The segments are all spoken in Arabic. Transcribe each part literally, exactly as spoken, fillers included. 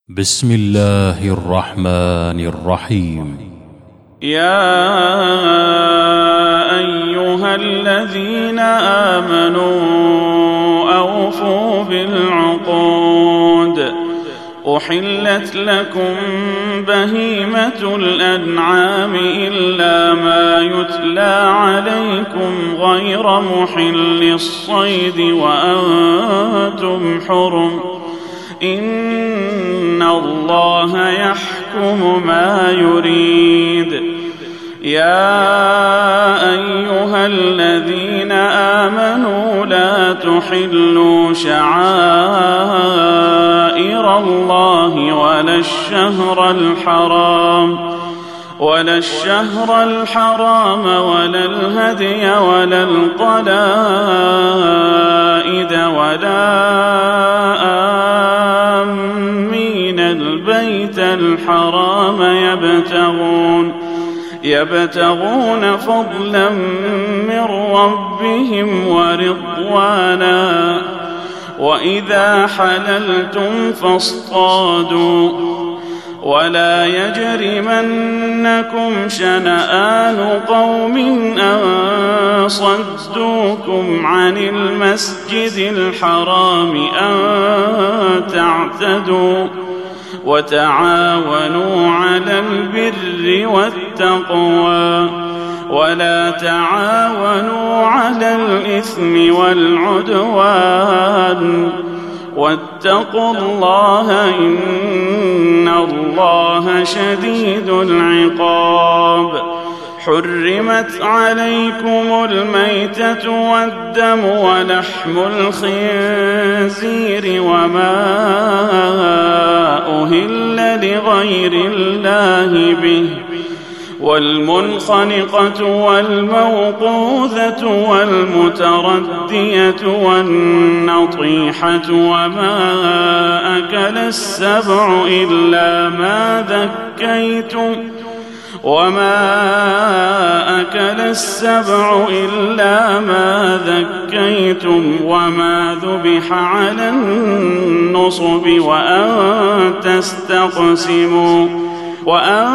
بسم الله الرحمن الرحيم. يا أيها الذين آمنوا أوفوا بالعقود. أحلت لكم بهيمة الأنعام إلا ما يتلى عليكم غير محل الصيد وأنتم حرم. إن الله يحكم ما يريد. يا أيها الذين آمنوا لا تحلوا شعائر الله ولا الشهر الحرام ولا الشهر الحرام ولا الهدي ولا القلائد ولا آمين البيت الحرام يبتغون يبتغون فضلا من ربهم ورضوانا. وإذا حللتم فاصطادوا ولا يجرمنكم شنآن قوم أن صدوكم عن المسجد الحرام أن تعتدوا. وتعاونوا على البر والتقوى ولا تعاونوا على الإثم والعدوان. واتقوا الله إن الله شديد العقاب. حرمت عليكم الميتة والدم ولحم الخنزير وما أهل لغير الله به والمنخنقة والموقوذة والمتردية والنطيحة وما أكل السبع إلا ما ذكيتم وما أكل السبع إلا ما ذكيتم وما ذبح على النصب وأن تستقسموا وأن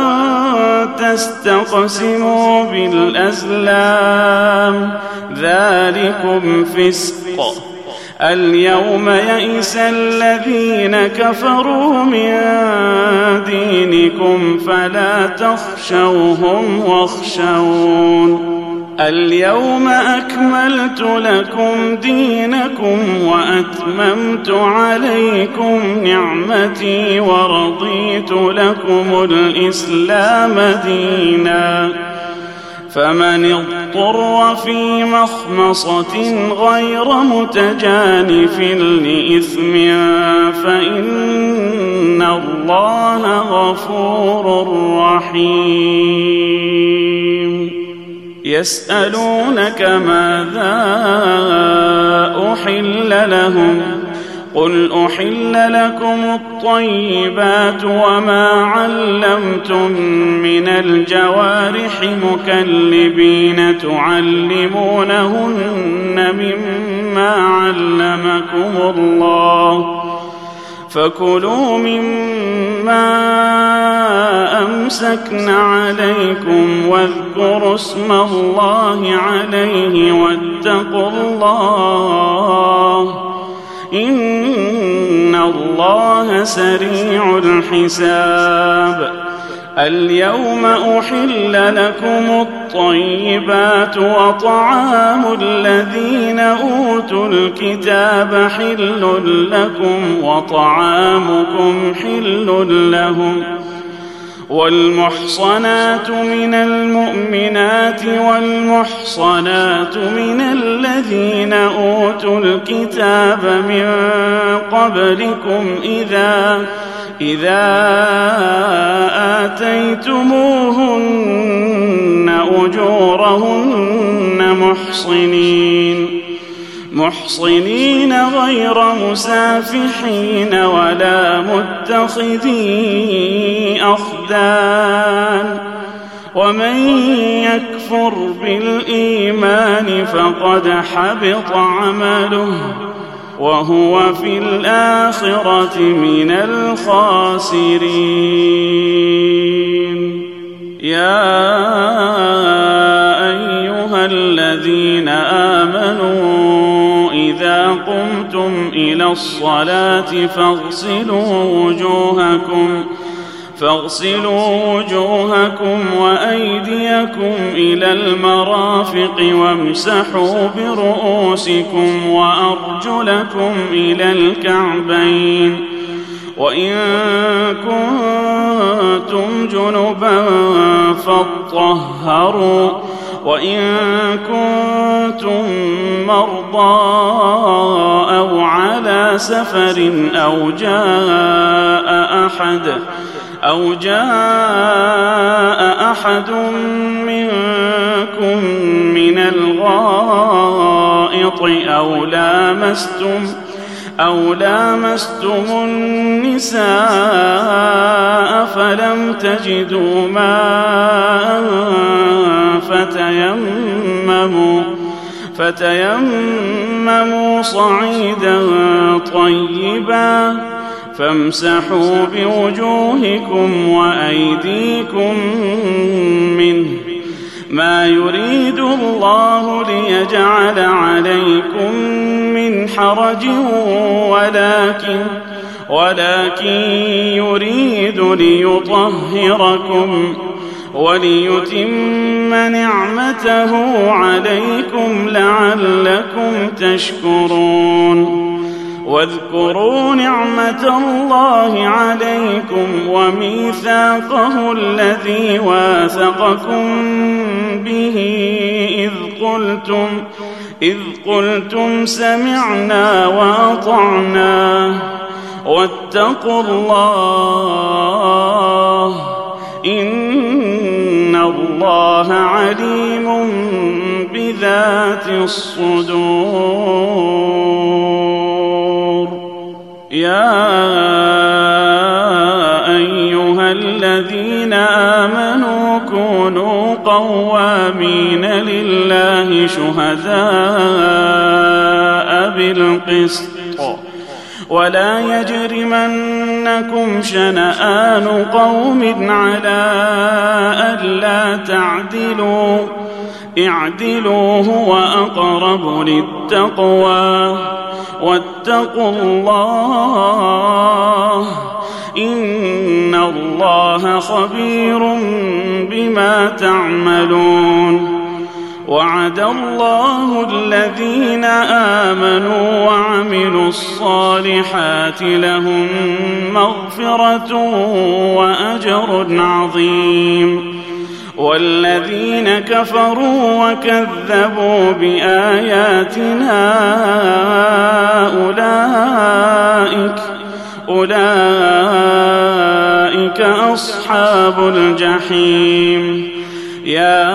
تستقسموا بالأزلام ذلكم فسق. اليوم يئس الذين كفروا من دينكم فلا تخشوهم واخشون. اليوم أكملت لكم دينكم وأتممت عليكم نعمتي ورضيت لكم الإسلام دينا. فمن اضطر في مخمصة غير متجانف لإثم فإن الله غفور رحيم. يسألونك ماذا أحل لهم قل أحل لكم الطيبات وما علمتم من الجوارح مكلبين تعلمونهن مما علمكم الله فكلوا مما أمسكن عليكم واذكروا اسم الله عليه واتقوا الله إن الله سريع الحساب. اليوم أحل لكم الطيبات وطعام الذين أوتوا الكتاب حل لكم وطعامكم حل لهم. والمحصنات من المؤمنات والمحصنات من الذين أوتوا الكتاب من قبلكم إذا إذا آتيتموهن أجورهن محصنين محصنين غير مسافحين ولا متخذي أخدان. ومن يكفر بالإيمان فقد حبط عمله وهو في الآخرة من الخاسرين. يا أيها الذين آمنوا إذا قمتم إلى الصلاة فاغسلوا وجوهكم فاغسلوا وجوهكم وأيديكم إلى المرافق وامسحوا برؤوسكم وأرجلكم إلى الكعبين، وإن كنتم جنبا فاطهروا، وإن كنتم مرضى أو على سفر أو جاء أحد أو جاء أحد منكم من الغائط أو لامستم أو لامستم النساء فلم تجدوا ماء فتيمموا فتيمموا صعيدا طيبا فامسحوا بوجوهكم وأيديكم منه، ما يريد الله ليجعل عليكم من حرج ولكن ولكن يريد ليطهركم وليتم نعمته عليكم لعلكم تشكرون. واذكروا نعمة الله عليكم وميثاقه الذي واثقكم به إذ قلتم إذ قلتم سمعنا وأطعنا واتقوا الله إن الله عليم بذات الصدور. يا أيها الذين آمنوا كونوا قوامين لله شهداء بالقسط ولا يجرمنكم شنآن قوم على ألا تعدلوا اعدلوا هو أقرب للتقوى واتقوا الله إن الله خبير بما تعملون. وعد الله الذين آمنوا وعملوا الصالحات لهم مغفرة وأجر عظيم، والذين كفروا وكذبوا بآياتنا أولئك أولئك أصحاب الجحيم. يا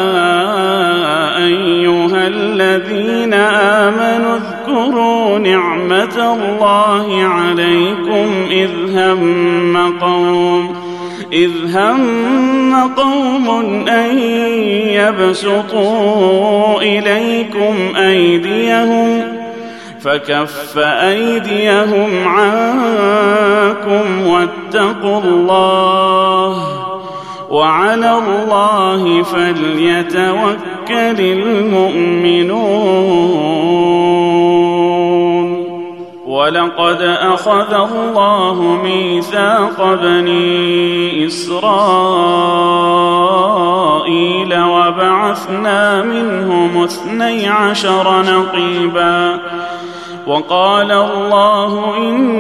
أيها الذين آمنوا اذكروا نعمة الله عليكم إذ هم قوم إذ هم قوم أن يبسطوا إليكم أيديهم فكف أيديهم عنكم واتقوا الله وعلى الله فليتوكل المؤمنون. ولقد أخذ الله ميثاق بني إسرائيل وبعثنا منهم اثني عشر نقيبا وقال الله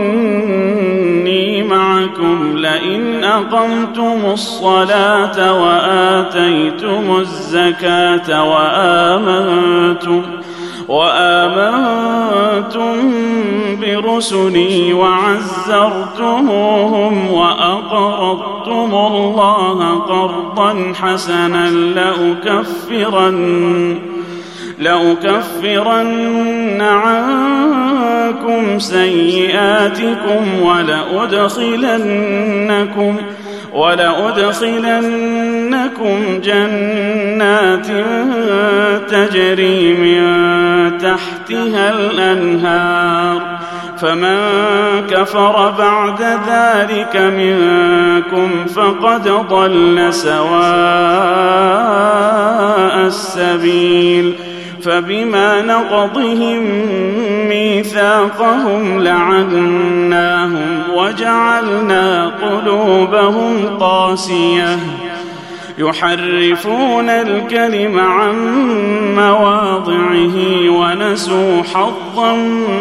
إني معكم لئن أقمتم الصلاة وآتيتم الزكاة وآمنتم وآمنتم برسلي وعزرتموهم وأقرضتم الله قرضا حسنا لأكفرن لأكفرن عنكم سيئاتكم ولأدخلنكم ولأدخلنكم جنات تجري من تحت تحتها الأنهار فمن كفر بعد ذلك منكم فقد ضل سواء السبيل فبما نقضهم ميثاقهم لعناهم وجعلنا قلوبهم قاسية يحرفون الكلم عن مواضعه ونسوا حظا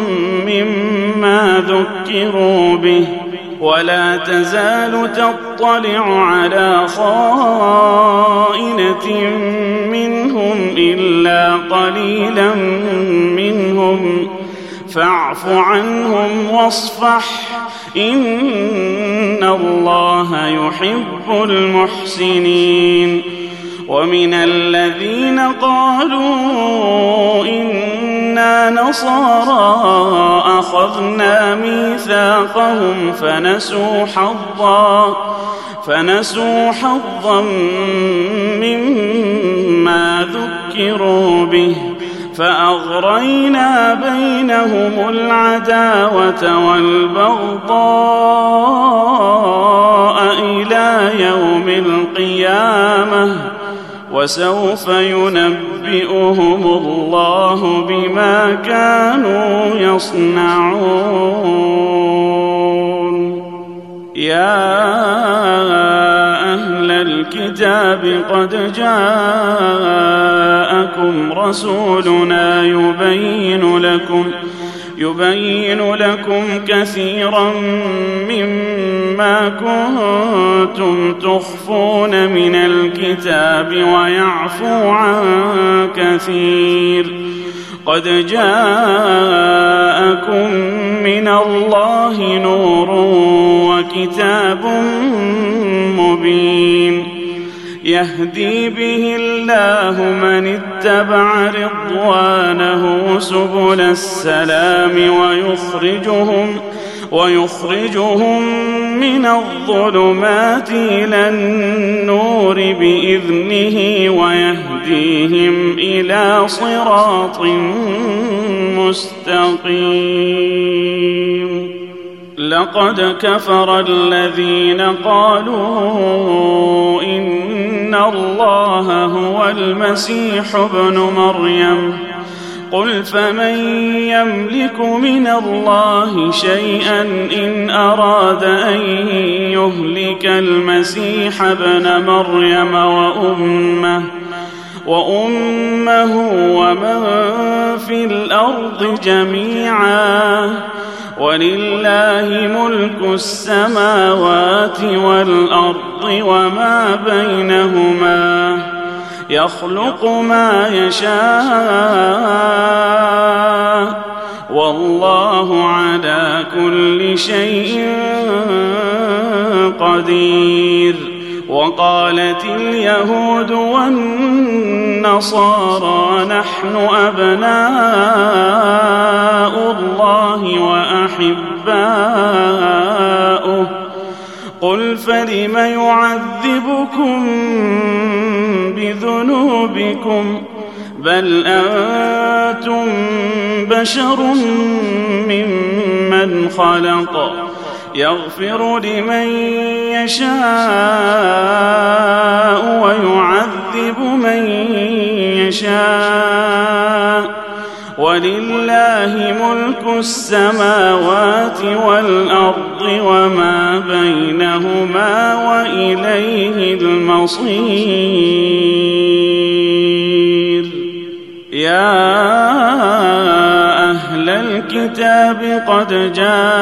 مما ذكروا به ولا تزال تطلع على خائنة منهم إلا قليلا منهم فاعف عنهم واصفح إن الله يحب المحسنين ومن الذين قالوا إنا نصارى أخذنا ميثاقهم فنسوا حظا فنسوا حظا مما ذكروا به فأغرينا بينهم العداوة والبغضاء إلى يوم القيامة وسوف ينبئهم الله بما كانوا يصنعون يا أهل الكتاب قد جاءكم رسولنا يبين لكم يبين لكم كثيرا مما كنتم تخفون من الكتاب ويعفو عن كثير قد جاءكم من الله نور وكتاب مبين يهدي به الله من اتبع رضوانه سبل السلام ويخرجهم ويخرجهم من الظلمات إلى النور بإذنه ويهديهم إلى صراط مستقيم لقد كفر الذين قالوا إن الله هو المسيح ابن مريم قل فمن يملك من الله شيئا إن أراد أن يهلك المسيح ابن مريم وأمه وأمه ومن في الأرض جميعا ولله ملك السماوات والأرض وما بينهما يخلق ما يشاء والله على كل شيء قدير وقالت اليهود والنصارى نحن أبناء الله وأحباؤه قل فلم يعذبكم بذنوبكم بل أنتم بشر ممن خلق يغفر لمن يشاء ويعذب من يشاء ولله ملك السماوات والأرض وما بينهما وإليه المصير يا أهل الكتاب قد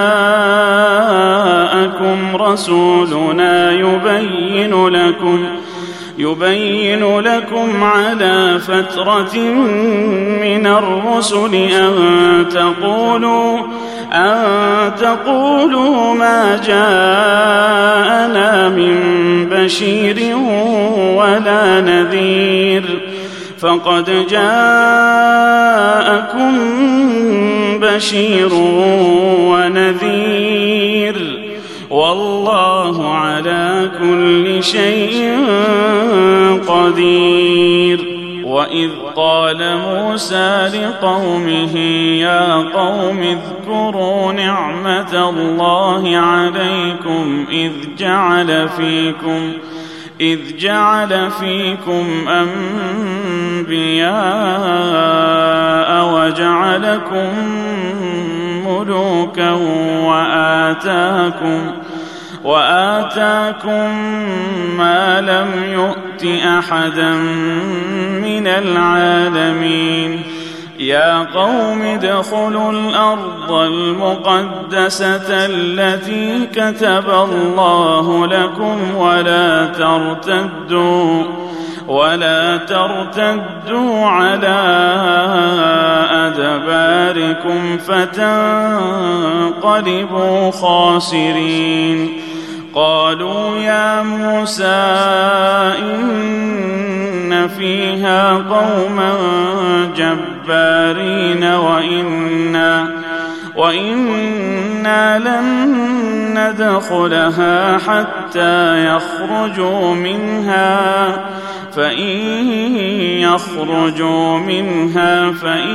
جاءكم رسولنا يبين لكم يبين لكم على فترة من الرسل أن تقولوا أن تقولوا ما جاءنا من بشير ولا نذير فقد جاءكم بشير ونذير والله على كل شيء قدير وإذ قال موسى لقومه يا قوم اذكروا نعمة الله عليكم إذ جعل فيكم إذ جعل فيكم أنبياء وجعلكم ملوكا وآتاكم وآتاكم ما لم يؤت أحدا من العالمين يا قوم ادخلوا الأرض المقدسة التي كتب الله لكم ولا ترتدوا ولا ترتدوا على أدباركم فتنقلبوا خاسرين قالوا يا موسى إن فيها قوما جبارين وإنا, وإنا لن ندخلها حتى يخرجوا منها فإن يخرجوا منها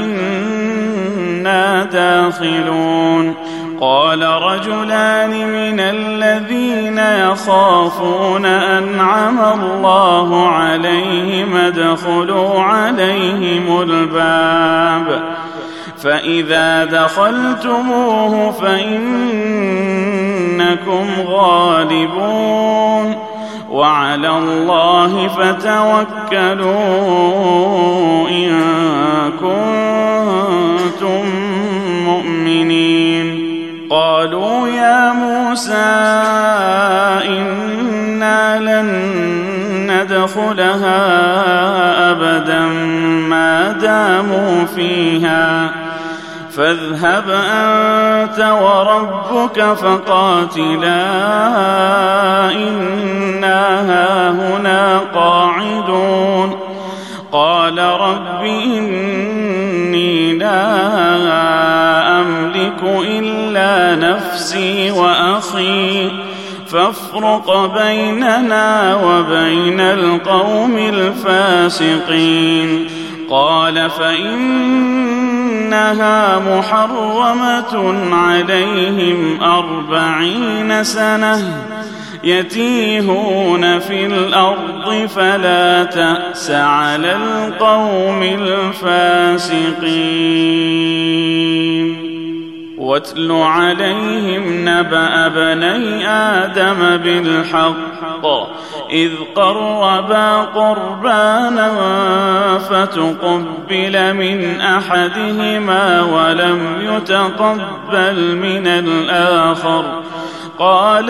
فإنا داخلون قال رجلان من الذين يخافون أنعم الله عليهم ادخلوا عليهم الباب فإذا دخلتموه فإنكم غالبون وعلى الله فتوكلوا إن كنتم مؤمنين قالوا يا موسى إنا لن ندخلها أبدا ما داموا فيها فاذهب أنت وربك فقاتلا إنا هاهنا قاعدون قال رب إني لا أملك إلا نفسي وأخي فافرق بيننا وبين القوم الفاسقين قال فإنها محرمة عليهم أربعين سنة يتيهون في الأرض فلا تأس على القوم الفاسقين واتل عليهم نبأ بني آدم بالحق إذ قربا قربانا فتقبل من أحدهما ولم يتقبل من الآخر قال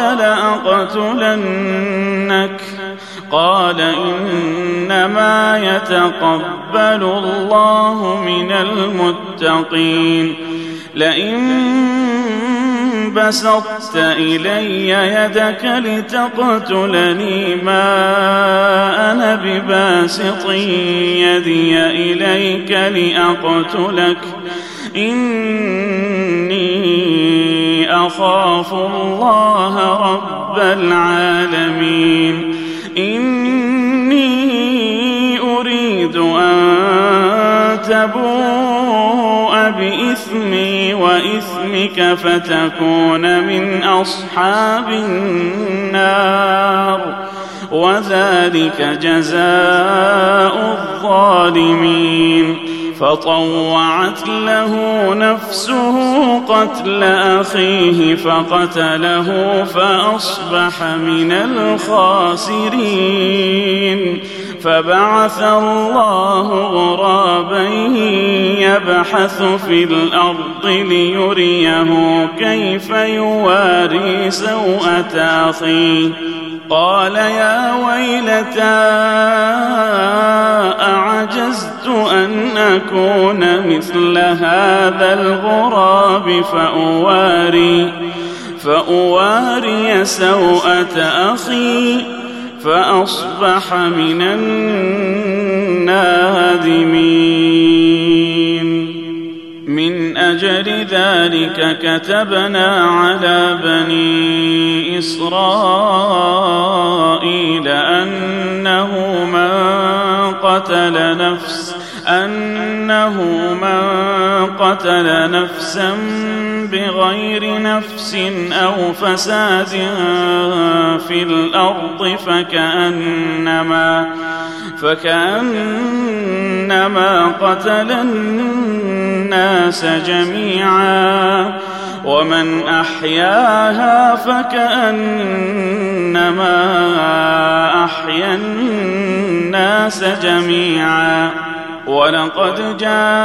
لأقتلنك قال إنما يتقبل الله من المتقين لئن بسطت إلي يدك لتقتلني ما أنا بباسط يدي إليك لأقتلك إني أخاف الله رب العالمين إني أريد أن تبوء بإثمي وإثمك فتكون من أصحاب النار وذلك جزاء الظالمين فطوعت له نفسه قتل أخيه فقتله فأصبح من الخاسرين فبعث الله غرابا يبحث في الأرض ليريه كيف يواري سوءة أخيه قال يا ويلتى أعجزت أن أكون مثل هذا الغراب فأواري فأواري سوءة أخي فأصبح من النادمين من أجل ذلك كتبنا على بني إسرائيل أنه من قتل نفس أنه من قتل نفسا بغير نفس أو فساد في الأرض فكأنما فكأنما قتل الناس جميعا ومن أحياها فكأنما أحيا الناس جميعا ولقد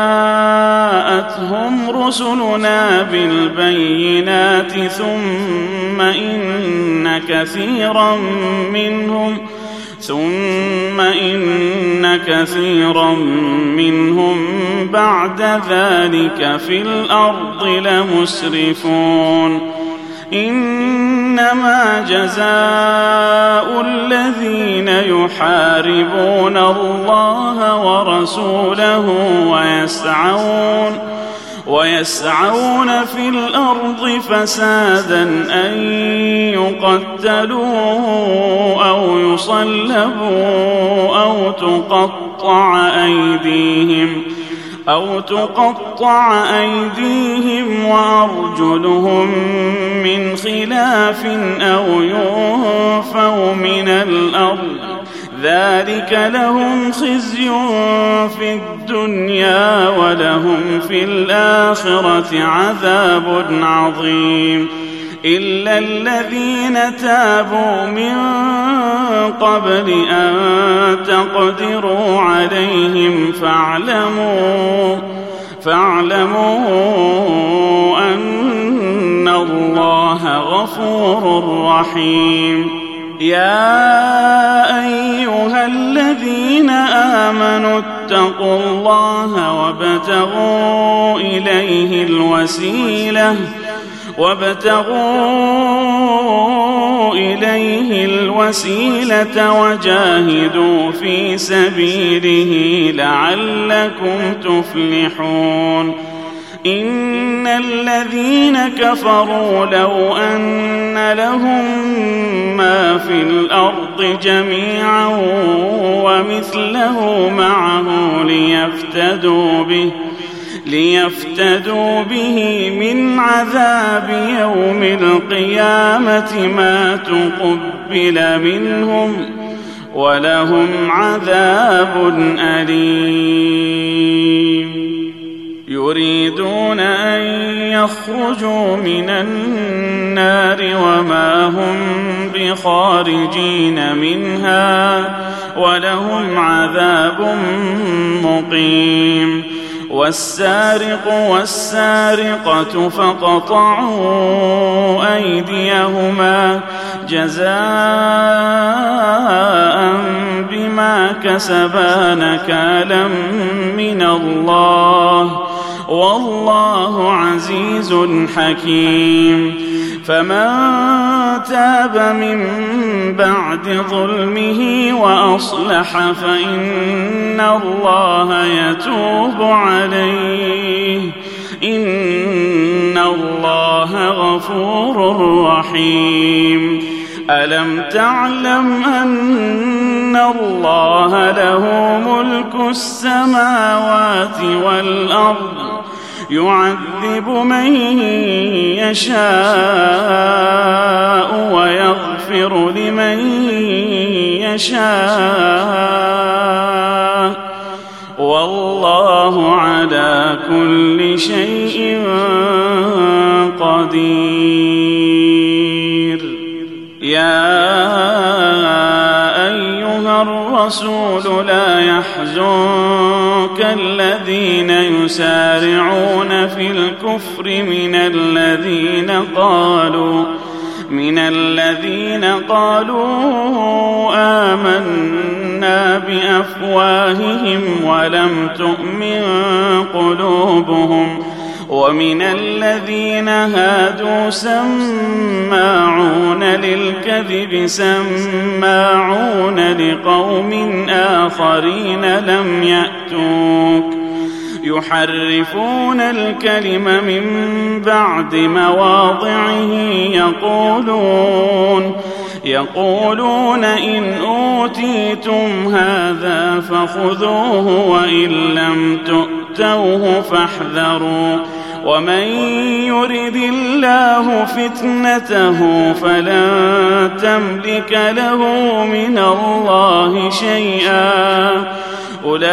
جاءتهم رسلنا بالبينات ثم إن كثيرا منهم ثم إن كثيرا منهم بعد ذلك في الأرض لمسرفون إنما جزاء الذين يحاربون الله ورسوله ويسعون ويسعون في الأرض فسادا أن يقتلوا أو يصلبوا أو تقطع أيديهم أو تقطع أيديهم وأرجلهم من خلاف أو ينفوا من الأرض ذلك لهم خزي في الدنيا ولهم في الآخرة عذاب عظيم إلا الذين تابوا من قبل أن تقدروا عليهم فاعلموا فاعلموا أن الله غفور رحيم يا أيها الذين آمنوا اتقوا الله وابتغوا إليه الوسيلة وابتغوا إليه الوسيلة وجاهدوا في سبيله لعلكم تفلحون إن الذين كفروا لو أن لهم ما في الأرض جميعا ومثله معه ليفتدوا به ليفتدوا به من عذاب يوم القيامة ما تقبل منهم ولهم عذاب أليم يريدون أن يخرجوا من النار وما هم بخارجين منها ولهم عذاب مقيم والسارق والسارقة فاقطعوا أيديهما جزاء بما كسبا نكالا من الله والله عزيز حكيم فمن تاب من بعد ظلمه وأصلح فإن الله يتوب عليه إن الله غفور رحيم ألم تعلم أن الله له ملك السماوات والأرض يعذب من يشاء ويغفر لمن يشاء والله على كل شيء قدير يا أيها الرسول لا يحزنك الذين يسارعون في الكفر من الذين قالوا من الذين قالوا آمنا بأفواههم ولم تؤمن قلوبهم ومن الذين هادوا سماعون للكذب سماعون لقوم آخرين لم يأتوك يحرفون الكلم من بعد مواضعه يقولون يقولون إن أوتيتم هذا فخذوه وإن لم تؤتوه فاحذروا ومن يرد الله فتنته فلن تملك له من الله شيئا أولئك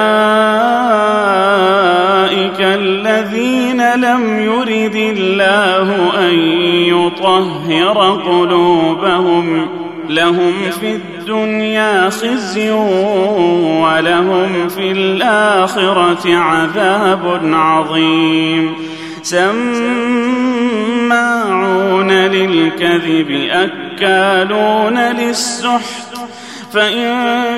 الذين لم يرد الله أن يطهر قلوبهم لهم في الدنيا خزي ولهم في الآخرة عذاب عظيم سماعون للكذب أكالون للسحت فإن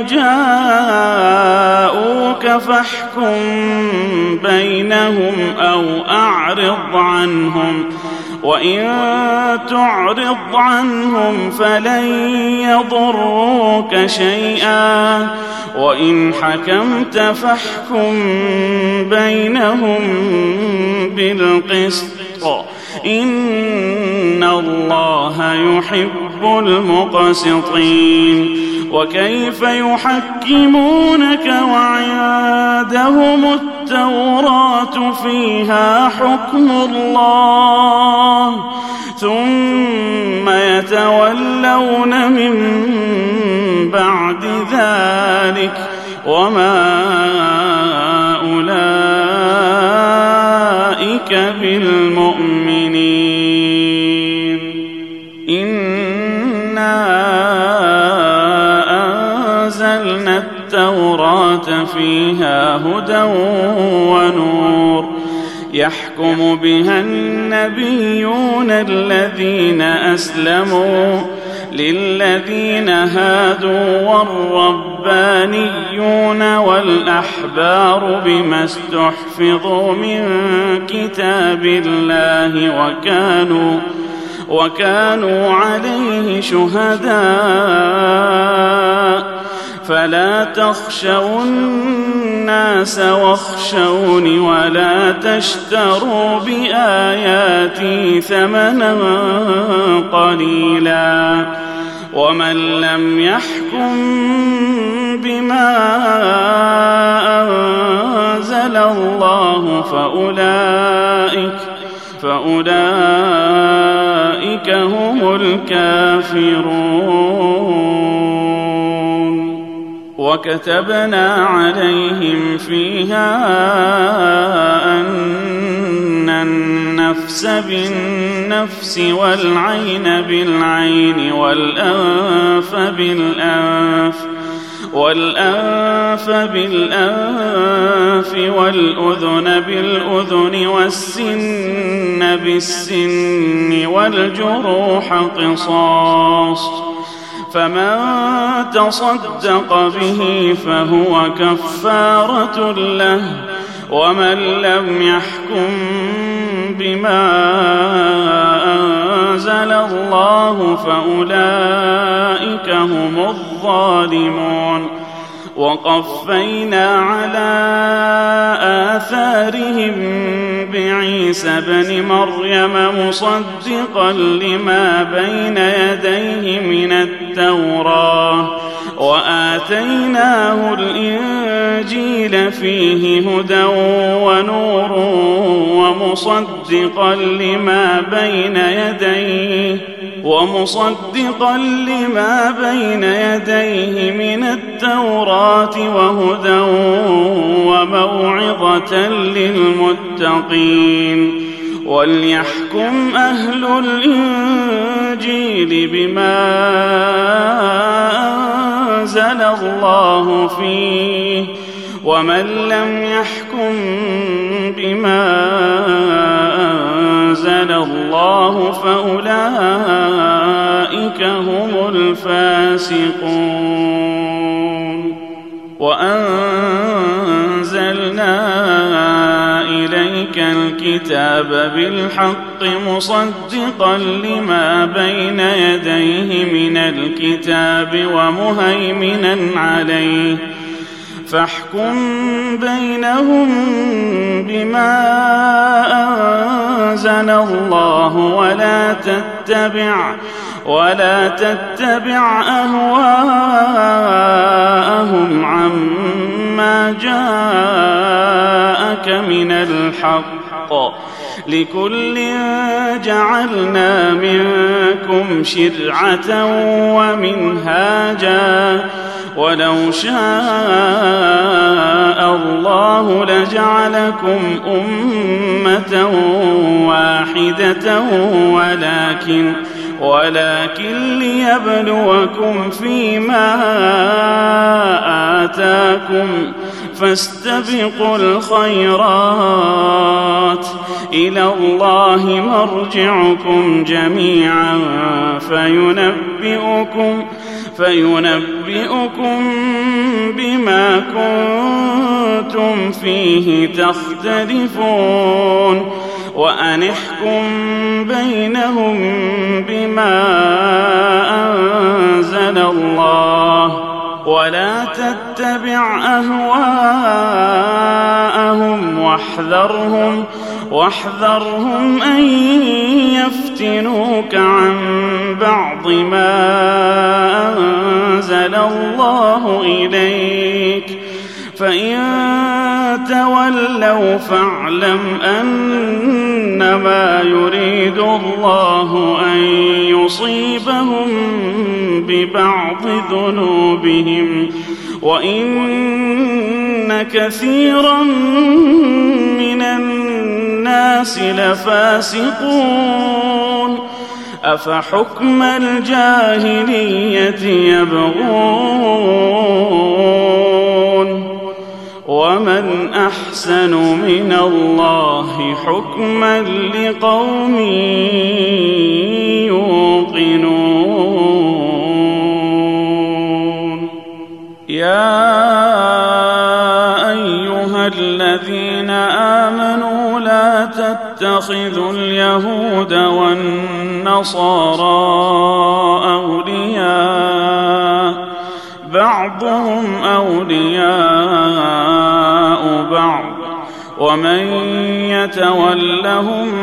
جاءوك فاحكم بينهم أو أعرض عنهم وإن تعرض عنهم فلن يضروك شيئا وإن حكمت فاحكم بينهم بالقسط إن الله يحب المقسطين وكيف يحكمونك وعندهم التوراة فيها حكم الله ثم يتولون من بعد ذلك وما أولئك بالمؤمنين إنا أنزلنا التوراة فيها هدى ونور يحكم بها النبيون الذين أسلموا للذين هادوا والربانيون والأحبار بما استحفظوا من كتاب الله وكانوا وكانوا عليه شهداء فلا تخشوا الناس واخشوني ولا تشتروا بآياتي ثمنا قليلا ومن لم يحكم بما أنزل الله فأولئك فأولئك هم الكافرون وكتبنا عليهم فيها أن النفس بالنفس والعين بالعين والأنف بالأنف والأنف بالأنف والأذن بالأذن والسن بالسن والجروح قصاص فمن تصدق به فهو كفارة له ومن لم يحكم بما أنزل الله فأولئك هم الظالمون وقفينا على آثارهم بعيسى بن مريم مصدقا لما بين يديه من التوراة وآتيناه الإنجيل فيه هدى ونور ومصدقا لما بين يديه ومصدقا لما بين يديه من التوراة وهدى وموعظة للمتقين وليحكم أهل الإنجيل بما أنزل الله فيه ومن لم يحكم بما أنزل الله فأولئك هم الفاسقون وأنزلنا إليك الكتاب بالحق مصدقا لما بين يديه من الكتاب ومهيمنا عليه فاحكم بينهم بما أنزل الله ولا تتبع ولا تتبع أهواءهم عما جاءك من الحق، لكل جعلنا منكم شرعة ومنهاجا ولو شاء الله لجعلكم أمة واحدة ولكن ولكن ليبلوكم فيما آتاكم، فاستبقوا الخيرات، إلى الله مرجعكم جميعا فينبئكم فينبئكم بما كنتم فيه تختلفون، وأن احكم بينهم بما أنزل الله، ولا تتبع أهواءهم واحذرهم واحذرهم أن يفتنوك عن بعض ما أنزل الله إليك، فإن تولوا فاعلم أنما يريد الله أن يصيبهم ببعض ذنوبهم، وإن كثيرا من الناس لفاسقون، أفحكم الجاهلية يبغون، ومن أحسن من الله حكما لقوم يوقنون. يا أيها الذين آمنوا لا تتخذوا اليهود والنصارى أولياء، بعضهم أولياء بعض، ومن يتولهم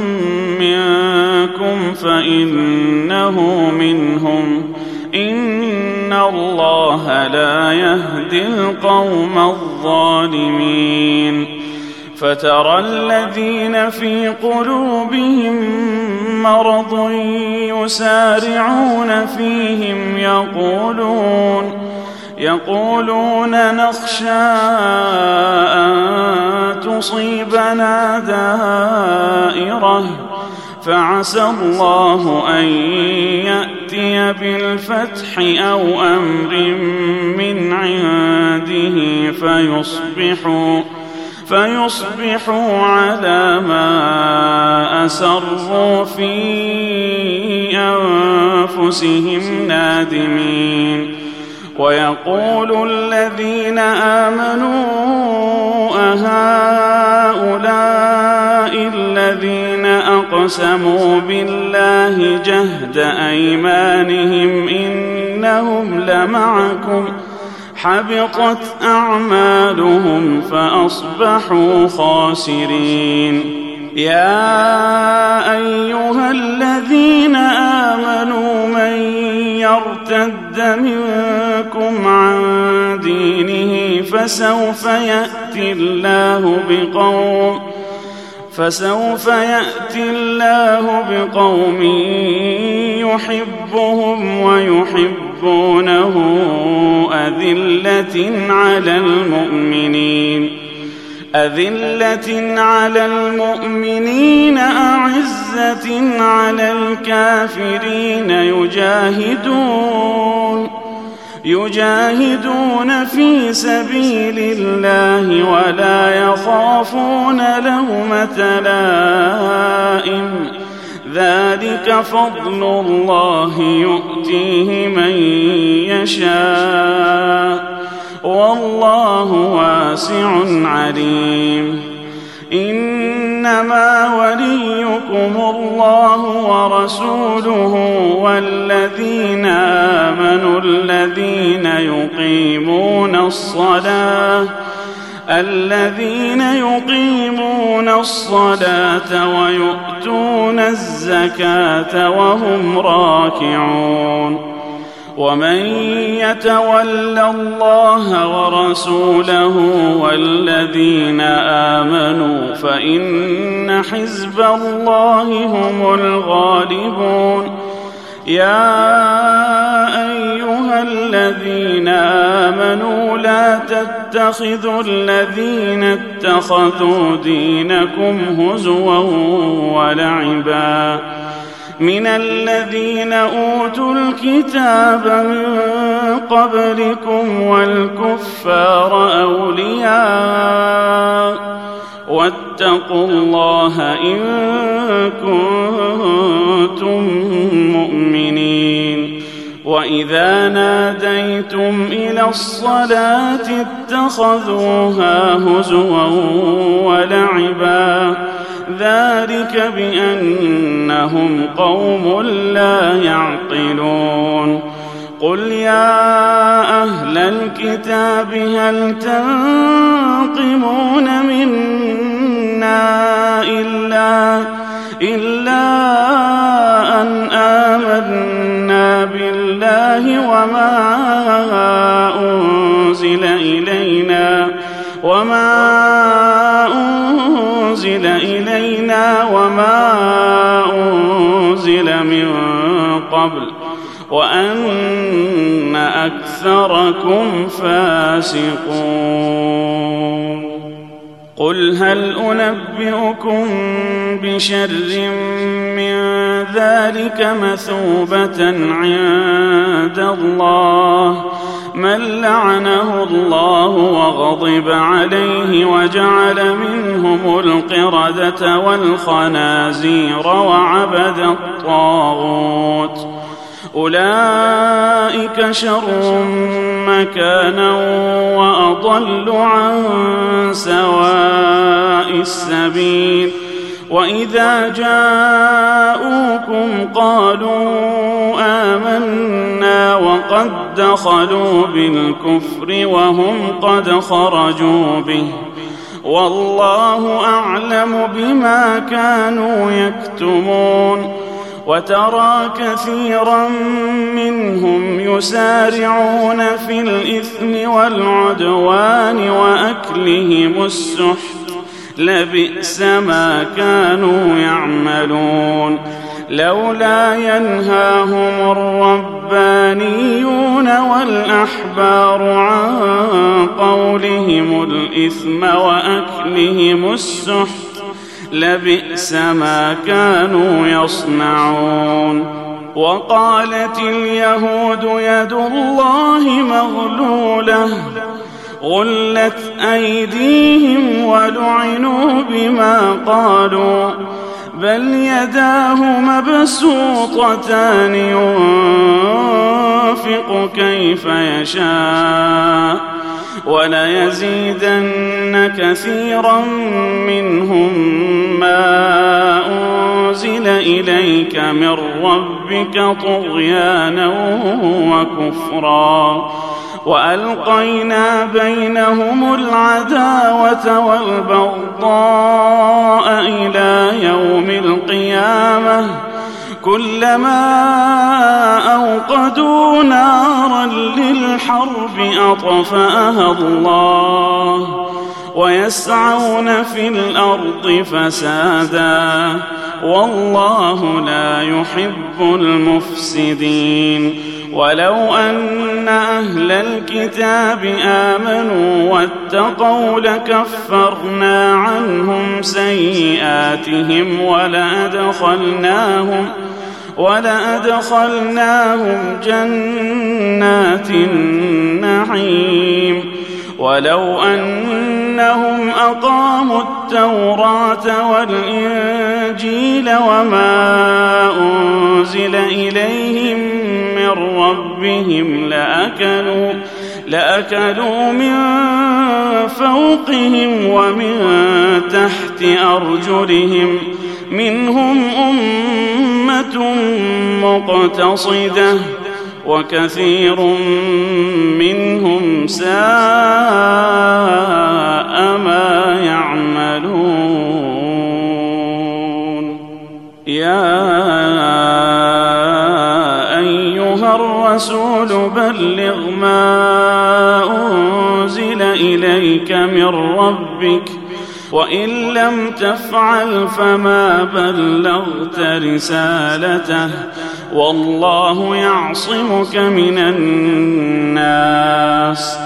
منكم فإنه منهم، إن الله لا يهدي القوم الظالمين. فترى الذين في قلوبهم مرض يسارعون فيهم يقولون يقولون نخشى أن تصيبنا دائرة، فعسى الله أن يأتي بالفتح أو أمر من عنده فيصبحوا فيصبحوا على ما أسروا في أنفسهم نادمين. ويقول الذين آمنوا أهؤلاء الذين أقسموا بالله جهد أيمانهم إنهم لمعكم، حبطت أعمالهم فأصبحوا خاسرين. يا أيها الذين آمنوا من يرتد منكم عن دينه فسوف يأتي الله بقوم فسوف يأتي الله بقوم يحبهم ويحبونه أذلة على المؤمنين أذلة على المؤمنين أعزة على الكافرين يجاهدون يجاهدون في سبيل الله ولا يخافون لومة لائم، ذلك فضل الله يؤتيه من يشاء والله واسع عليم. إنما وليكم الله ورسوله والذين آمنوا الذين يقيمون الصلاة الذين يقيمون الصلاة ويؤتون الزكاة وهم راكعون ومن يتول الله ورسوله والذين آمنوا فإن حزب الله هم الغالبون يا أيها الذين آمنوا لا تتخذوا الذين اتخذوا دينكم هزوا ولعبا من الذين أوتوا الكتاب من قبلكم والكفار أولياء واتقوا الله إن كنتم مؤمنين وإذا ناديتم إلى الصلاة اتخذوها هزوا ولعبا ذلك بأنهم قوم لا يعقلون قل يا أهل الكتاب هل تنقمون منا إلا, إلا أن آمنا بالله وما أنزل إلينا وما أنزل إلينا وما أنزل من قبل وأن أكثركم فاسقون قل هل أنبئكم بشر من ذلك مثوبة عند الله من لعنه الله وغضب عليه وجعل منهم القردة والخنازير وعبد الطاغوت أولئك شر مكانا وأضل عن سواء السبيل وإذا جاءوكم قالوا آمنا وقد دخلوا بالكفر وهم قد خرجوا به والله أعلم بما كانوا يكتمون وترى كثيرا منهم يسارعون في الإثم والعدوان وأكلهم السحت لبئس ما كانوا يعملون لولا ينهاهم الربانيون والأحبار عن قولهم الإثم وأكلهم السحت لبئس ما كانوا يصنعون وقالت اليهود يد الله مغلولة غلت أيديهم ولعنوا بما قالوا بل يداه مبسوطتان ينفق كيف يشاء وليزيدن كثيرا منهم ما أنزل إليك من ربك طغيانا وكفرا وألقينا بينهم العداوة والبغضاء إلى يوم القيامة كلما أوقدوا نارا للحرب أطفأها الله ويسعون في الأرض فسادا والله لا يحب المفسدين ولو أن أهل الكتاب آمنوا واتقوا لكفرنا عنهم سيئاتهم ولأدخلناهم ولأدخلناهم جنات النعيم ولو أنهم أقاموا التوراة والإنجيل وما أنزل إليهم من ربهم لأكلوا, لأكلوا من فوقهم ومن تحت أرجلهم منهم أمة مقتصدة وكثير منهم ساء ما يعملون. يا أيها الرسول بلغ ما أنزل إليك من ربك وإن لم تفعل فما بلغت رسالته والله يعصمك من الناس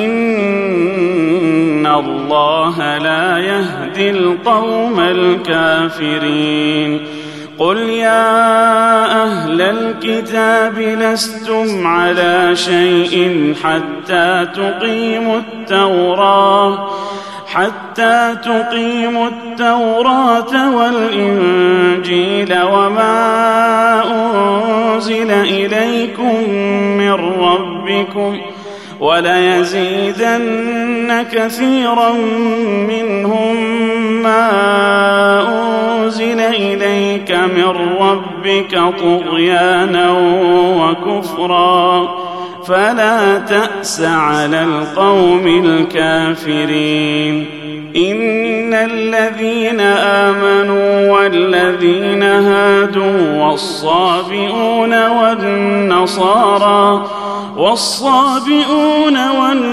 إن الله لا يهدي القوم الكافرين. قل يا أهل الكتاب لستم على شيء حتى تقيموا التوراة حتى تقيموا التوراة والإنجيل وما أنزل إليكم من ربكم وليزيدن كثيرا منهم ما أنزل إليك من ربك طغيانا وكفرا فلا تأس على القوم الكافرين. إن الذين آمنوا والذين هادوا والصابئون والنصارى والصابئون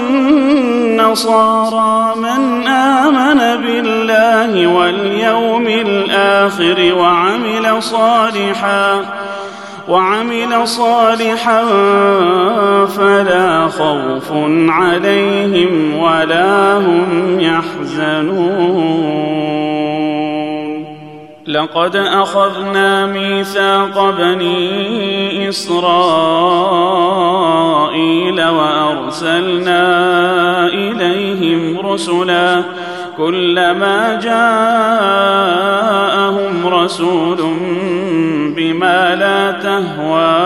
والنصارى من آمن بالله واليوم الآخر وعمل صالحا وعمل صالحا فلا خوف عليهم ولا هم يحزنون. لقد أخذنا ميثاق بني إسرائيل وأرسلنا إليهم رسلا كلما جاءهم رسول بما لا تهوى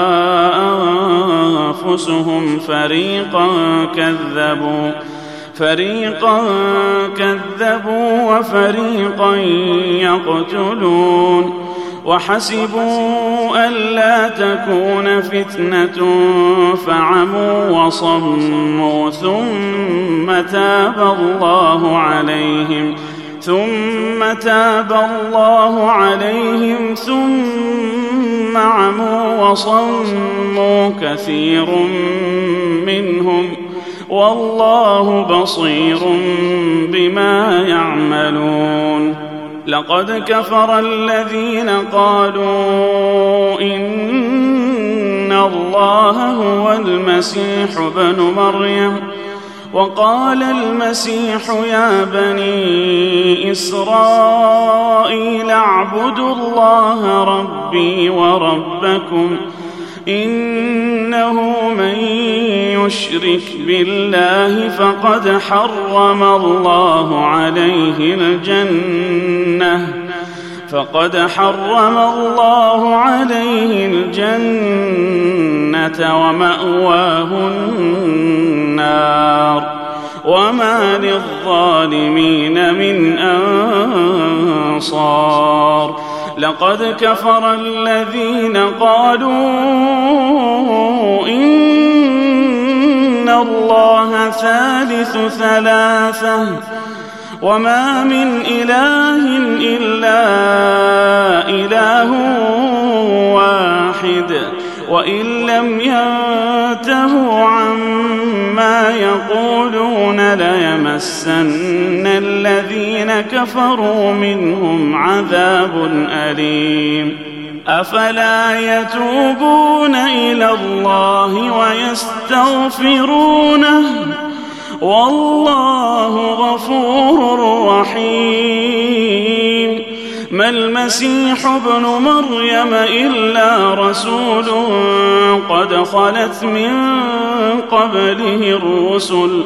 أنفسهم فريقا كذبوا فريقا كذبوا وفريقا يقتلون وحسبوا ألا تكون فتنة فعموا وصموا ثم تاب الله عليهم ثم تاب الله عليهم ثم عموا وصموا كثير منهم والله بصير بما يعملون. لقد كفر الذين قالوا إن الله هو المسيح ابن مريم وقال المسيح يا بني إسرائيل اعبدوا الله ربي وربكم إنه من يشرك بالله فقد حرم الله عليه الجنة فقد حرم الله عليه الجنة ومأواه النار وما للظالمين من أنصار. لقد كفر الذين قالوا إن الله ثالث ثلاثة وما من إله إلا إله واحد وإن لم ينتهوا عما يقولون ليمسن الذين كفروا منهم عذاب أليم. أفلا يتوبون إلى الله ويستغفرونه والله غفور رحيم. ما المسيح ابن مريم إلا رسول قد خلت من قبله الرسل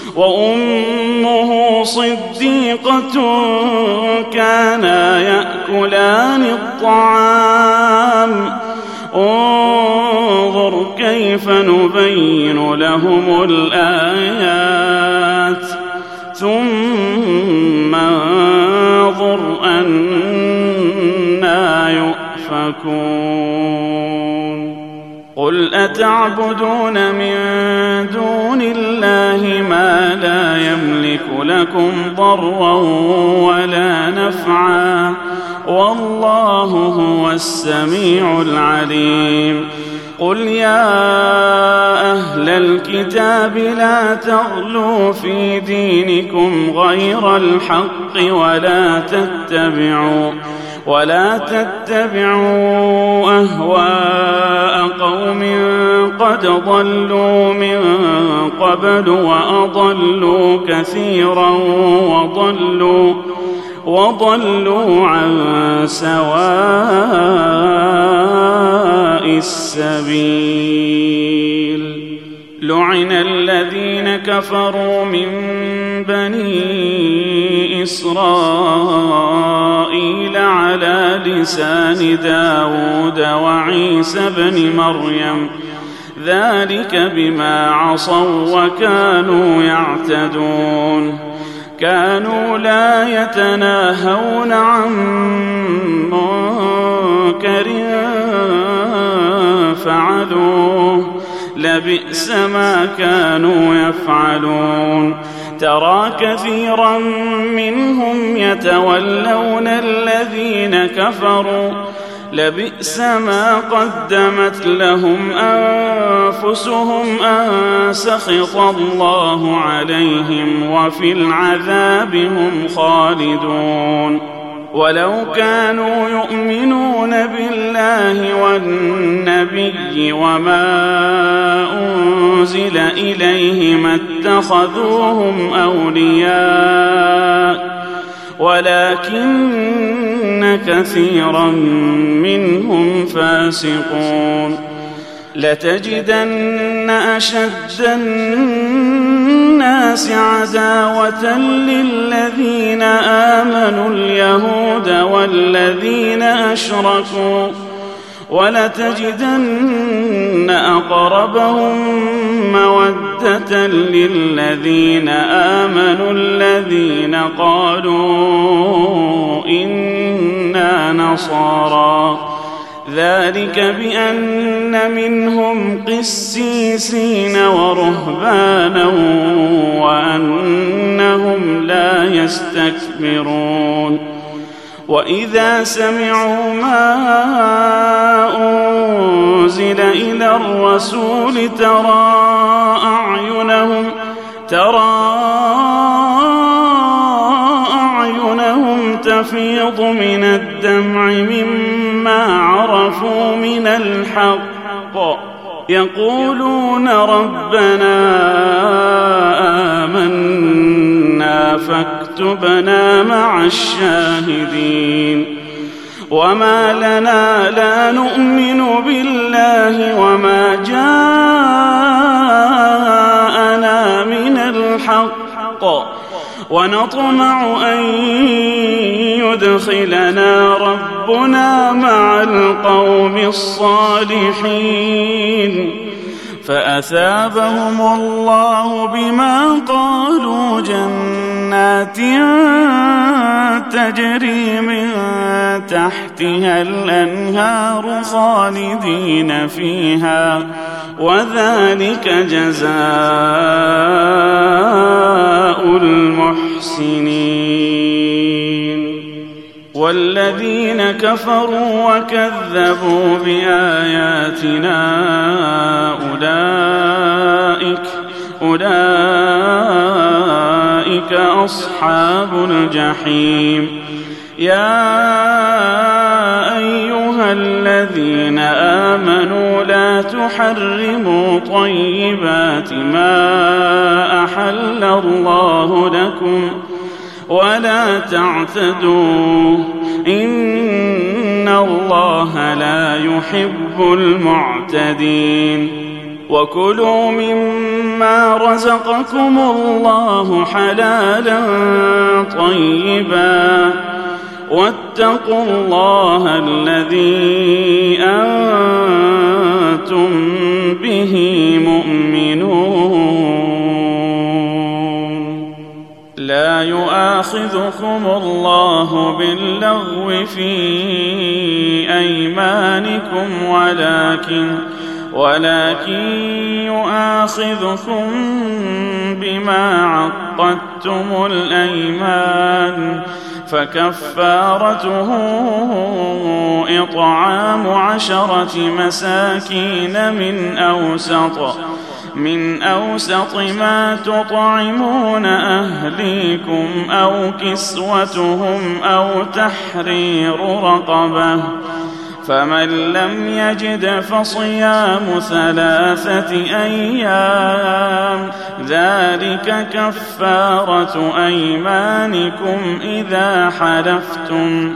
وأمه صديقة كانا يأكلان الطعام انظر كيف نبين لهم الآيات ثم انظر أنى يؤفكون. قل أتعبدون من دون الله ما لا يملك لكم ضرا ولا نفعا والله هو السميع العليم قل يا أهل الكتاب لا تغلوا في دينكم غير الحق ولا تتبعوا ولا تتبعوا أهواء قوم قد ضلوا من قبل وأضلوا كثيرا وضلوا وضلوا عن سواء السبيل لعن الذين كفروا من بني إسرائيل على لسان داود وعيسى بن مريم ذلك بما عصوا وكانوا يعتدون كانوا لا يتناهون عن منكر فعلوه لبئس ما كانوا يفعلون ترى كثيرا منهم يتولون الذين كفروا لبئس ما قدمت لهم أنفسهم أن سخط الله عليهم وفي العذاب هم خالدون ولو كانوا يؤمنون بالله والنبي وما أنزل إليه ما اتخذوهم أولياء ولكن كثيرا منهم فاسقون لتجدن أشد الناس عداوة للذين آمنوا اليهود والذين أشركوا ولتجدن أقربهم مودة للذين آمنوا الذين قالوا إنا نصارى ذلك بأن منهم قسيسين ورهبانا وأنهم لا يستكبرون وإذا سمعوا ما أنزل إلى الرسول ترى أعينهم ترى أعينهم تفيض من الدمع مما عرفوا من الحق يقولون ربنا آمنا فاكتبنا مع الشاهدين وما لنا لا نؤمن بالله وما جاءنا من الحق ونطمع أن يدخلنا ربنا مع القوم الصالحين فأثابهم الله بما قالوا جنات تجري من تحتها الأنهار خالدين فيها وذلك جزاء المحسنين والذين كفروا وكذبوا بآياتنا أولئك أولئك أصحاب الجحيم يا أيها الذين آمنوا لا تحرموا طيبات ما أحل الله لكم ولا تعتدوا إن الله لا يحب المعتدين وكلوا مما رزقكم الله حلالا طيبا واتقوا الله الذي أنتم به مؤمنون لا يؤاخذكم الله باللغو في أيمانكم ولكن ولكن يؤاخذكم بما عقدتم الأيمان فكفارته إطعام عشرة مساكين من أوسط من أوسط ما تطعمون أهليكم أو كسوتهم أو تحرير رقبة، فمن لم يجد فصيام ثلاثة أيام ذلك كفارة أيمانكم إذا حلفتم،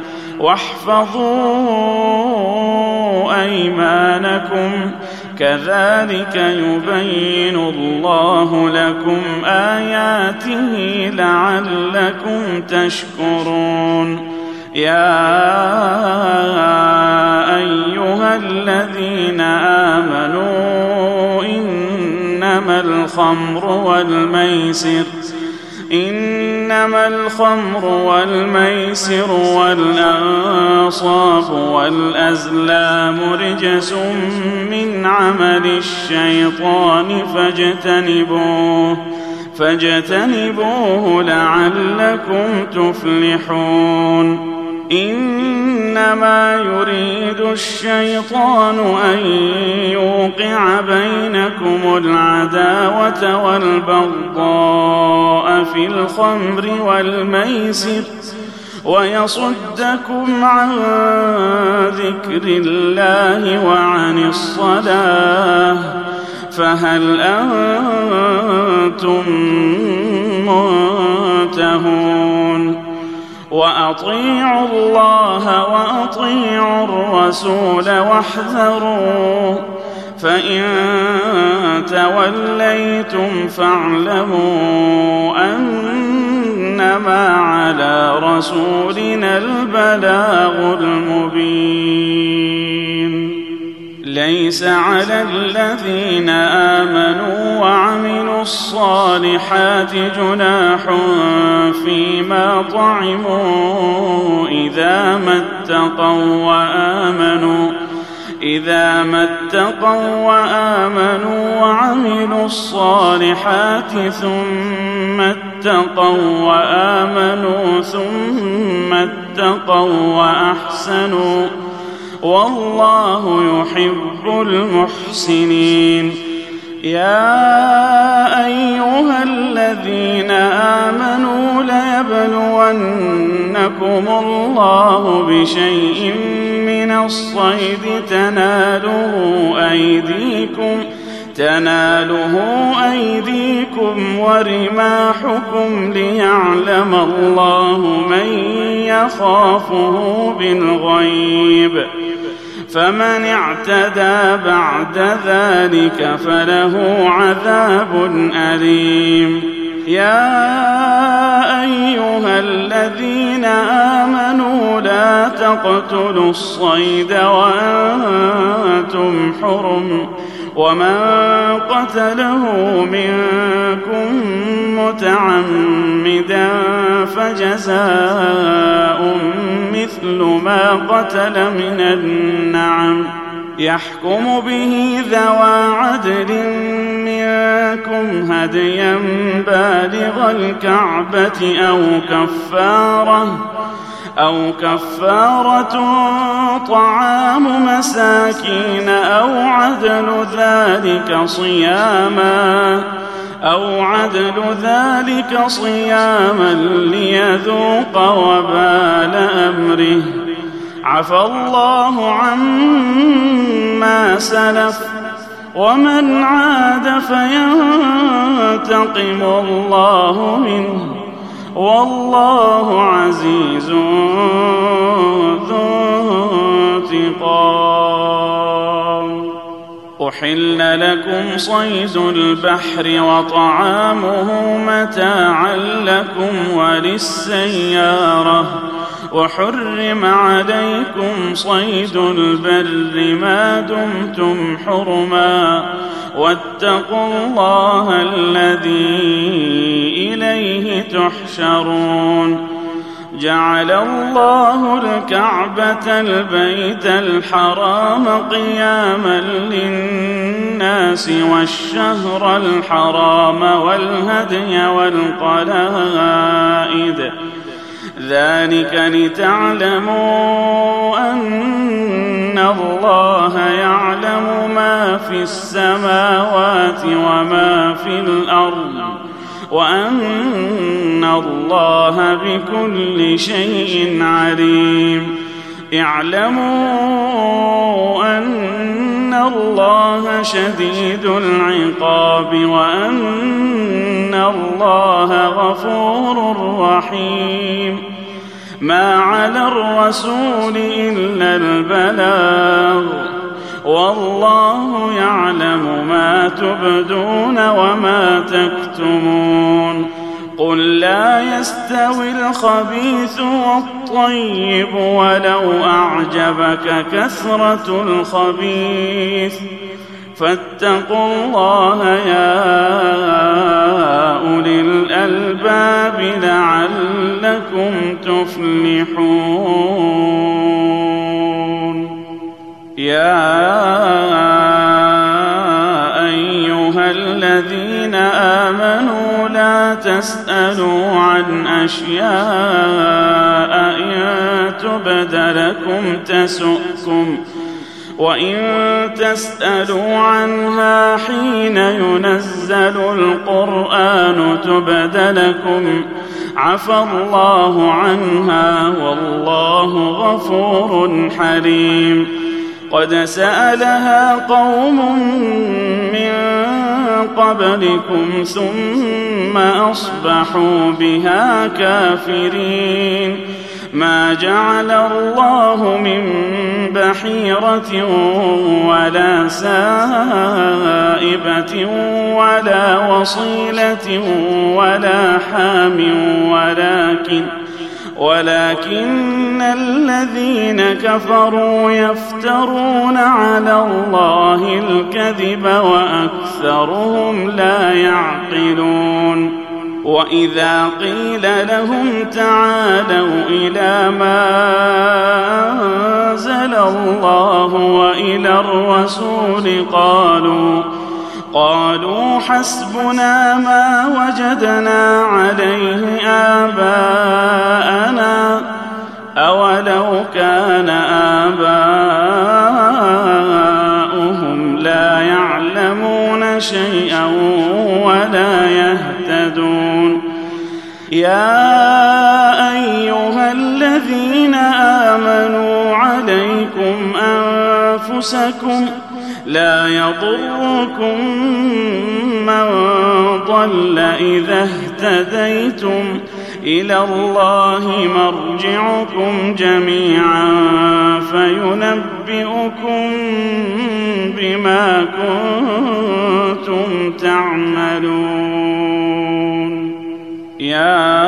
واحفظوا أيمانكم كذلك يبين الله لكم آياته لعلكم تشكرون. يا أيها الذين آمنوا إنما الخمر والميسر إنما الخمر والميسر والأنصاب والأزلام رجس من عمل الشيطان فاجتنبوه فاجتنبوه لعلكم تفلحون. إنما يريد الشيطان أن يوقع بينكم العداوة والبغضاء في الخمر والميسر ويصدكم عن ذكر الله وعن الصلاة فهل أنتم منتهون؟ وأطيعوا الله وأطيعوا الرسول واحذروا، فإن توليتم فاعلموا أنما على رسولنا البلاغ المبين. ليس على الذين آمنوا وعملوا الصالحات جناح فيما طعموا إذا ما اتقوا وآمنوا إذا ما اتقوا وآمنوا وعملوا الصالحات ثم اتقوا وآمنوا ثم اتقوا وأحسنوا والله يحب المحسنين. يا أيها الذين آمنوا ليبلونكم الله بشيء من الصيد تناله أيديكم تناله أيديكم ورماحكم ليعلم الله من يخافه بالغيب، فمن اعتدى بعد ذلك فله عذاب أليم. يا أيها الذين آمنوا لا تقتلوا الصيد وأنتم حرم، ومن قتله منكم متعمدا فجزاء مثل ما قتل من النعم يحكم به ذوى عدل منكم هديا بالغ الكعبة أو كفارة أو كفارة طعام مساكين أو عدل ذلك صياما أو عدل ذلك صياما ليذوق وبال أمره. عفى الله عما سلف ومن عاد فينتقم الله منه والله عزيز ذو انتقام. أحل لكم صيد البحر وطعامه متاعا لكم وللسيارة، وحرم عليكم صيد البر ما دمتم حرما، واتقوا الله الذي إليه تحشرون. جعل الله الكعبة البيت الحرام قياما للناس والشهر الحرام والهدي والقلائد ذلك لتعلموا أن الله يعلم ما في السماوات وما في الأرض وأن الله بكل شيء عليم. اعلموا أن الله شديد العقاب وأن الله غفور رحيم. ما على الرسول إلا البلاغ والله يعلم ما تبدون وما تكتمون. قل لا يستوي الخبيث والطيب ولو أعجبك كثرة الخبيث فاتقوا الله يا أولي الألباب لعلكم تفلحون. يا أيها الذين آمنوا لا تسألوا عن أشياء إن تبد لكم تسؤكم وإن تسألوا عنها حين ينزل القرآن تبد لكم عفى الله عنها والله غفور حليم. قد سألها قوم من قبلكم ثم أصبحوا بها كافرين. ما جعل الله من بحيرة ولا سائبة ولا وصيلة ولا حام ولكن ولكن الذين كفروا يفترون على الله الكذب وأكثرهم لا يعقلون. وإذا قيل لهم تعالوا إلى ما أنزل الله وإلى الرسول قالوا قالوا حسبنا ما وجدنا عليه آباءنا أولو كان آباؤهم لا يعلمون شيئا ولا يهتدون. يا أيها الذين آمنوا عليكم أنفسكم لا يضركم من ضل إذا اهتديتم إلى الله مرجعكم جميعا فينبئكم بما كنتم تعملون. يا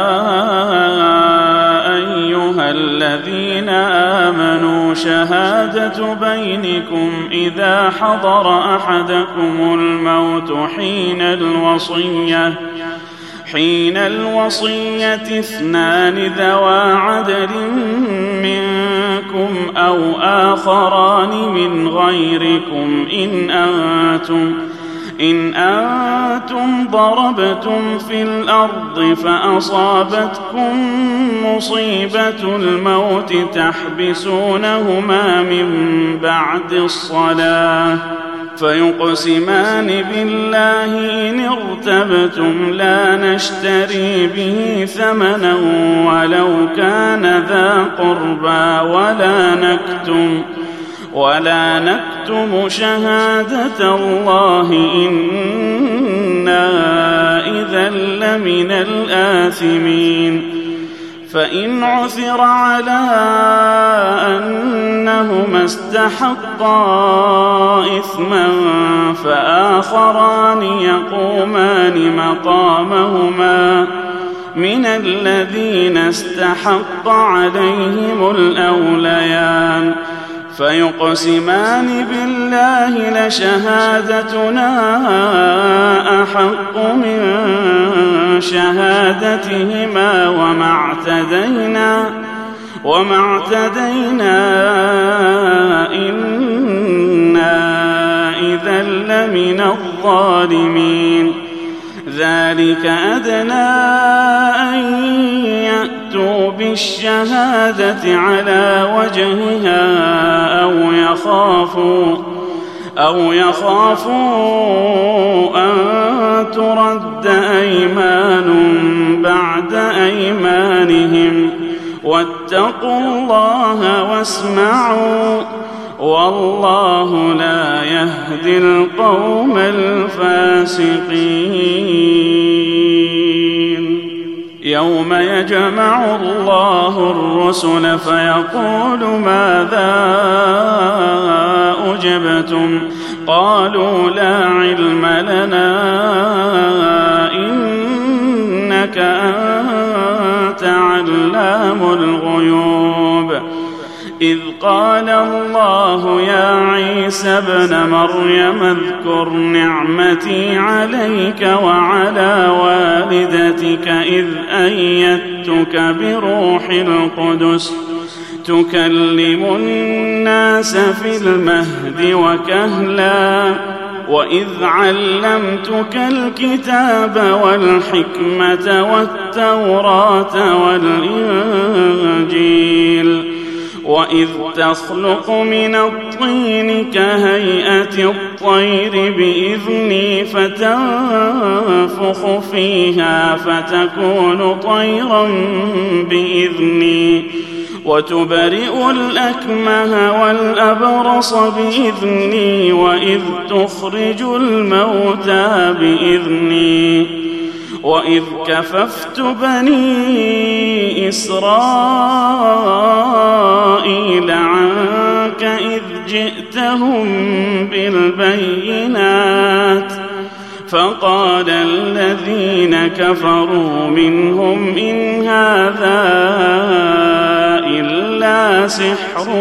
أيها الذين آمنوا شهادة بينكم إذا حضر أحدكم الموت حين الوصية حين الوصية اثنان ذوى عدل منكم أو آخران من غيركم إن أنتم إن أنتم ضربتم في الأرض فأصابتكم مصيبة الموت تحبسونهما من بعد الصلاة فيقسمان بالله إن ارتبتم لا نشتري به ثمنا ولو كان ذا قربى ولا نكتم ولا نكتم شهادة الله إنا إذا لمن الآثمين. فإن عثر على أنهما استحقا إثما فآخران يقومان مقامهما من الذين استحق عليهم الأوليان فيقسمان بالله لشهادتنا أحق من شهادتهما وما اعتدينا وما اعتدينا إنا إذا لمن الظالمين. ذلك أدنى أن يأتوا بالشهادة على وجهها أو يخافوا أو يخافوا أن ترد أيمان بعد أيمانهم واتقوا الله واسمعوا والله لا يهدي القوم الفاسقين. يوم يجمع الله الرسل فيقول ماذا أجبتم قالوا لا علم لنا إنك أنت علام الغيوب. إذ قال الله يا عيسى ابن مريم اذكر نعمتي عليك وعلى والدتك إذ أيدتك بروح القدس تكلم الناس في المهد وكهلا وإذ علمتك الكتاب والحكمة والتوراة والإنجيل وإذ تخلق من الطين كهيئة الطير بإذني فتنفخ فيها فتكون طيرا بإذني وتبرئ الأكمه والأبرص بإذني وإذ تخرج الموتى بإذني وإذ كففت بني إسرائيل عنك إذ جئتهم بالبينات فقال الذين كفروا منهم إن هذا إلا سحر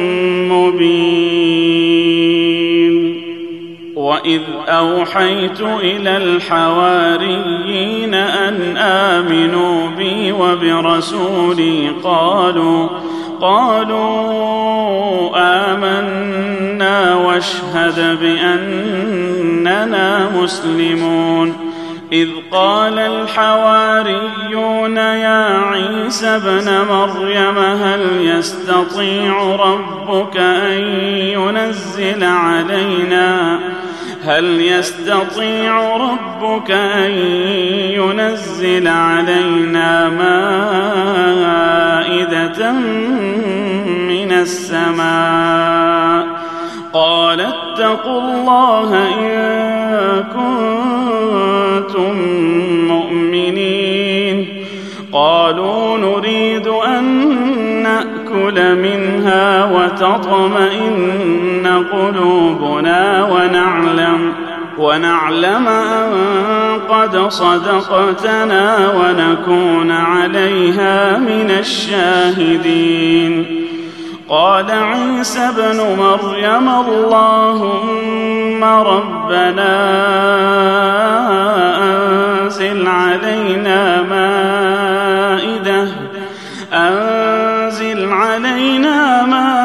مبين. وإذ أوحيت إلى الحواريين أن آمنوا بي وبرسولي قالوا قالوا آمنا واشهد بأننا مسلمون. إذ قال الحواريون يا عيسى ابن مريم هل يستطيع ربك أن ينزل علينا هل يستطيع ربك أن ينزل علينا مائدة من السماء قال اتقوا الله إن كنتم مؤمنين. قالوا نريد أن نأكل منها وتطمئن قلوبنا ونعلم ونعلم أن قد صدقتنا ونكون عليها من الشاهدين. قال عيسى ابن مريم اللهم ربنا أنزل علينا مائدة أنزل علينا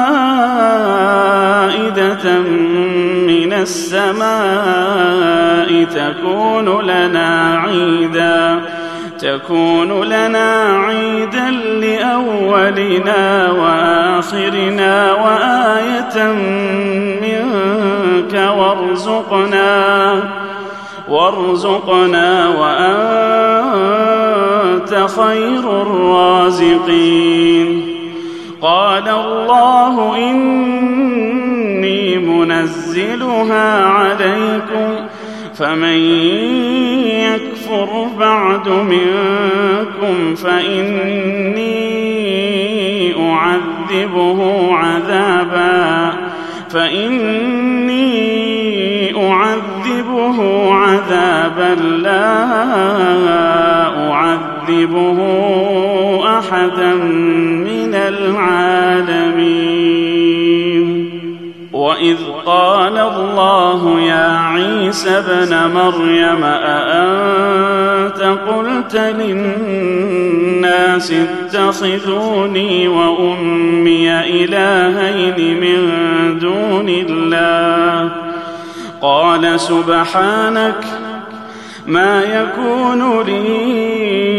مائدة من السماء تكون لنا عيدا تكون لنا عيدا لأولنا وآخرنا وآية منك وارزقنا وارزقنا وأنت خير الرازقين. قال الله إني منزلها عليكم فمن يكفر بعد منكم فإني أعذبه عذابا فإني أعذبه عذابا لا أعذبه أحدا من العالمين. وإذ وإذ قال الله يا عيسى ابن مريم أأنت قلت للناس اتخذوني وأمي إلهين من دون الله قال سبحانك ما يكون لي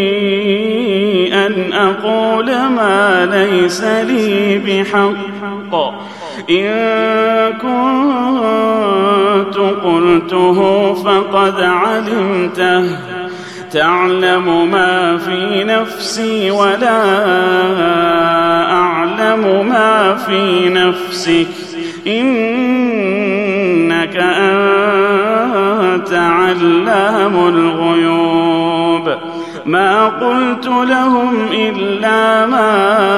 أن أقول ما ليس لي بحق إن كنت قلته فقد علمته تعلم ما في نفسي ولا أعلم ما في نفسك إنك أنت علام الغيوب ما قلت لهم إلا ما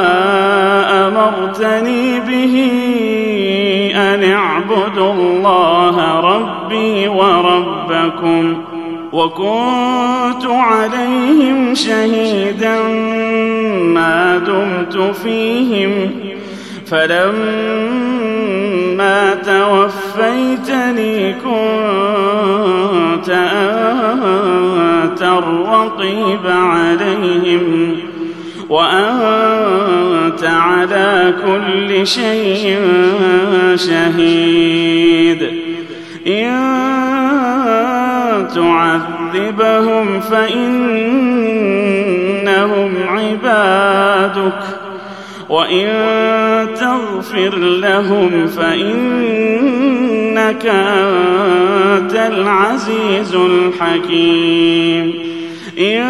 أمرتني به أن اعبدوا الله ربي وربكم وكنت عليهم شهيدا ما دمت فيهم فلما توفيتني كنت أنت الرقيب عليهم وأنت على كل شيء شهيد إن تعذبهم فإنهم عبادك وإن تغفر لهم فإنك أنت العزيز الحكيم إن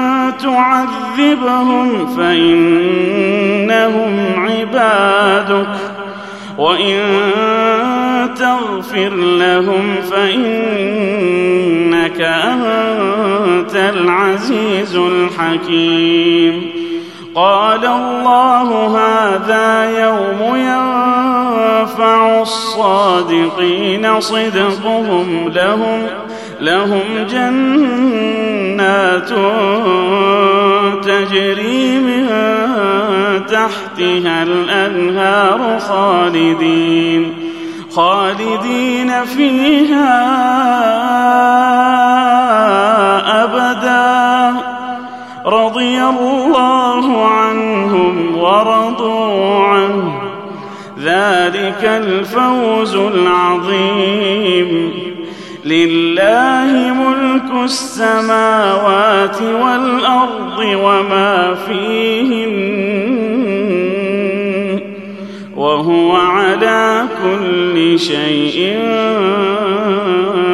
تعذبهم فإنهم عبادك وإن تغفر لهم فإنك أنت العزيز الحكيم قال الله هذا يوم ينفع الصادقين صدقهم لهم لهم جنات تجري من تحتها الأنهار خالدين خالدين فيها أبدا رضي الله عنهم ورضوا عنه ذلك الفوز العظيم لله ملك السماوات والأرض وما فيهن وهو على كل شيء